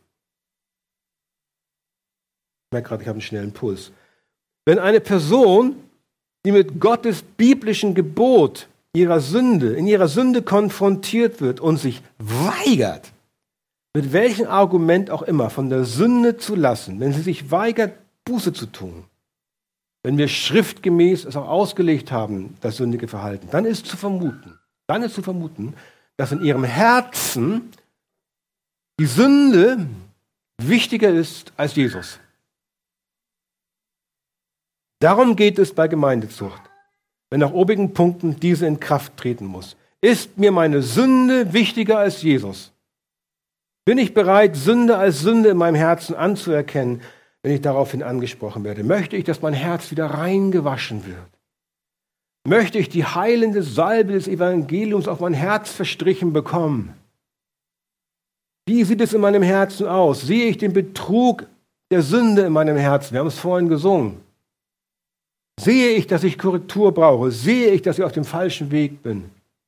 Ich merke gerade, ich habe einen schnellen Puls. Wenn eine Person, die mit Gottes biblischen Gebot ihrer Sünde, in ihrer Sünde konfrontiert wird und sich weigert, mit welchem Argument auch immer von der Sünde zu lassen, wenn sie sich weigert, Buße zu tun, wenn wir schriftgemäß es auch ausgelegt haben, das sündige Verhalten, dann ist zu vermuten, dann ist zu vermuten, dass in ihrem Herzen die Sünde wichtiger ist als Jesus. Darum geht es bei Gemeindezucht, wenn nach obigen Punkten diese in Kraft treten muss. Ist mir meine Sünde wichtiger als Jesus? Bin ich bereit, Sünde als Sünde in meinem Herzen anzuerkennen, wenn ich daraufhin angesprochen werde? Möchte ich, dass mein Herz wieder reingewaschen wird? Möchte ich die heilende Salbe des Evangeliums auf mein Herz verstrichen bekommen? Wie sieht es in meinem Herzen aus? Sehe ich den Betrug der Sünde in meinem Herzen? Wir haben es vorhin gesungen. Sehe ich, dass ich Korrektur brauche? Sehe ich, dass ich auf dem falschen Weg bin?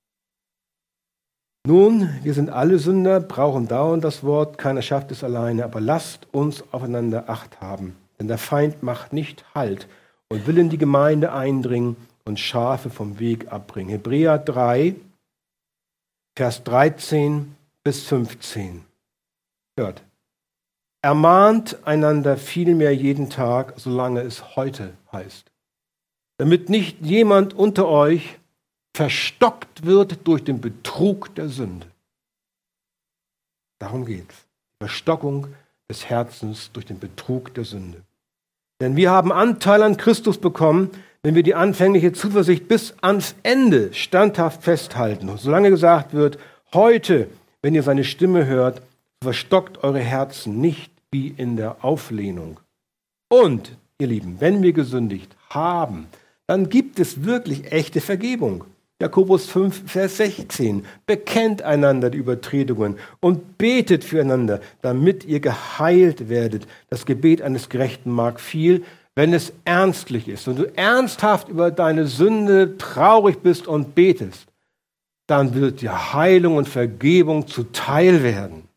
Nun, wir sind alle Sünder, brauchen dauernd das Wort, keiner schafft es alleine, aber lasst uns aufeinander Acht haben, denn der Feind macht nicht Halt und will in die Gemeinde eindringen und Schafe vom Weg abbringen. Hebräer drei, Vers dreizehn bis fünfzehn. Hört. Ermahnt einander vielmehr jeden Tag, solange es heute heißt, damit nicht jemand unter euch verstockt wird durch den Betrug der Sünde. Darum geht es. Verstockung des Herzens durch den Betrug der Sünde. Denn wir haben Anteil an Christus bekommen, wenn wir die anfängliche Zuversicht bis ans Ende standhaft festhalten. Und solange gesagt wird, heute, wenn ihr seine Stimme hört, verstockt eure Herzen nicht wie in der Auflehnung. Und, ihr Lieben, wenn wir gesündigt haben, dann gibt es wirklich echte Vergebung. Jakobus fünf, Vers sechzehn. Bekennt einander die Übertretungen und betet füreinander, damit ihr geheilt werdet. Das Gebet eines Gerechten mag viel, wenn es ernstlich ist. Und du ernsthaft über deine Sünde traurig bist und betest, dann wird dir Heilung und Vergebung zuteil werden.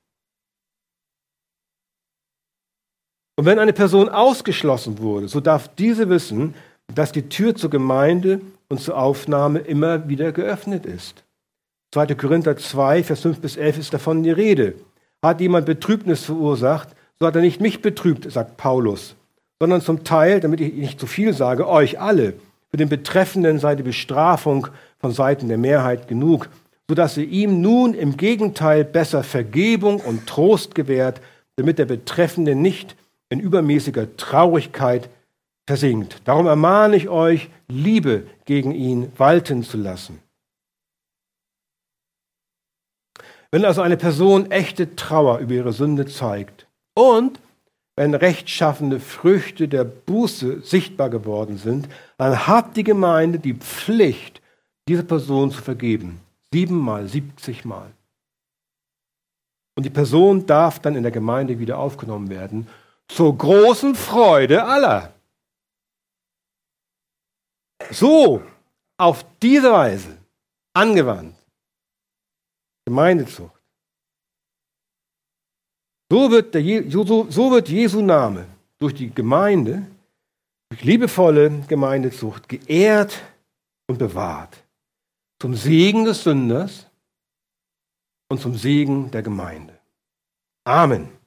Und wenn eine Person ausgeschlossen wurde, so darf diese wissen, dass die Tür zur Gemeinde und zur Aufnahme immer wieder geöffnet ist. zweiter Korinther zwei, Vers fünf bis elf ist davon die Rede. Hat jemand Betrübnis verursacht, so hat er nicht mich betrübt, sagt Paulus, sondern zum Teil, damit ich nicht zu viel sage, euch alle. Für den Betreffenden sei die Bestrafung von Seiten der Mehrheit genug, sodass ihr ihm nun im Gegenteil besser Vergebung und Trost gewährt, damit der Betreffende nicht in übermäßiger Traurigkeit versinkt. Darum ermahne ich euch, Liebe gegen ihn walten zu lassen. Wenn also eine Person echte Trauer über ihre Sünde zeigt und wenn rechtschaffende Früchte der Buße sichtbar geworden sind, dann hat die Gemeinde die Pflicht, diese Person zu vergeben. Siebenmal, siebzigmal. Und die Person darf dann in der Gemeinde wieder aufgenommen werden, zur großen Freude aller. So, auf diese Weise angewandt, Gemeindezucht. So wird, der, so, so wird Jesu Name durch die Gemeinde, durch liebevolle Gemeindezucht geehrt und bewahrt. Zum Segen des Sünders und zum Segen der Gemeinde. Amen.